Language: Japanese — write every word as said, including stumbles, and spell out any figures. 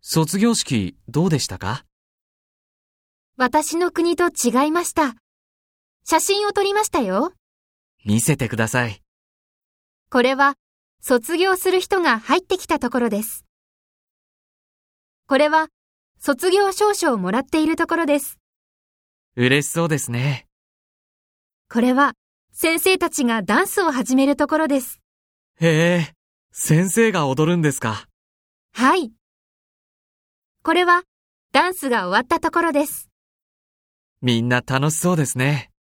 卒業式どうでしたか？ 私の国と違いました。写真を撮りましたよ。 見せてください。 これは卒業する人が入ってきたところです。これは卒業証書をもらっているところです。 嬉しそうですね。 これは先生たちがダンスを始めるところです。 へえ、先生が踊るんですか？ はい。これはダンスが終わったところです。 みんな楽しそうですね。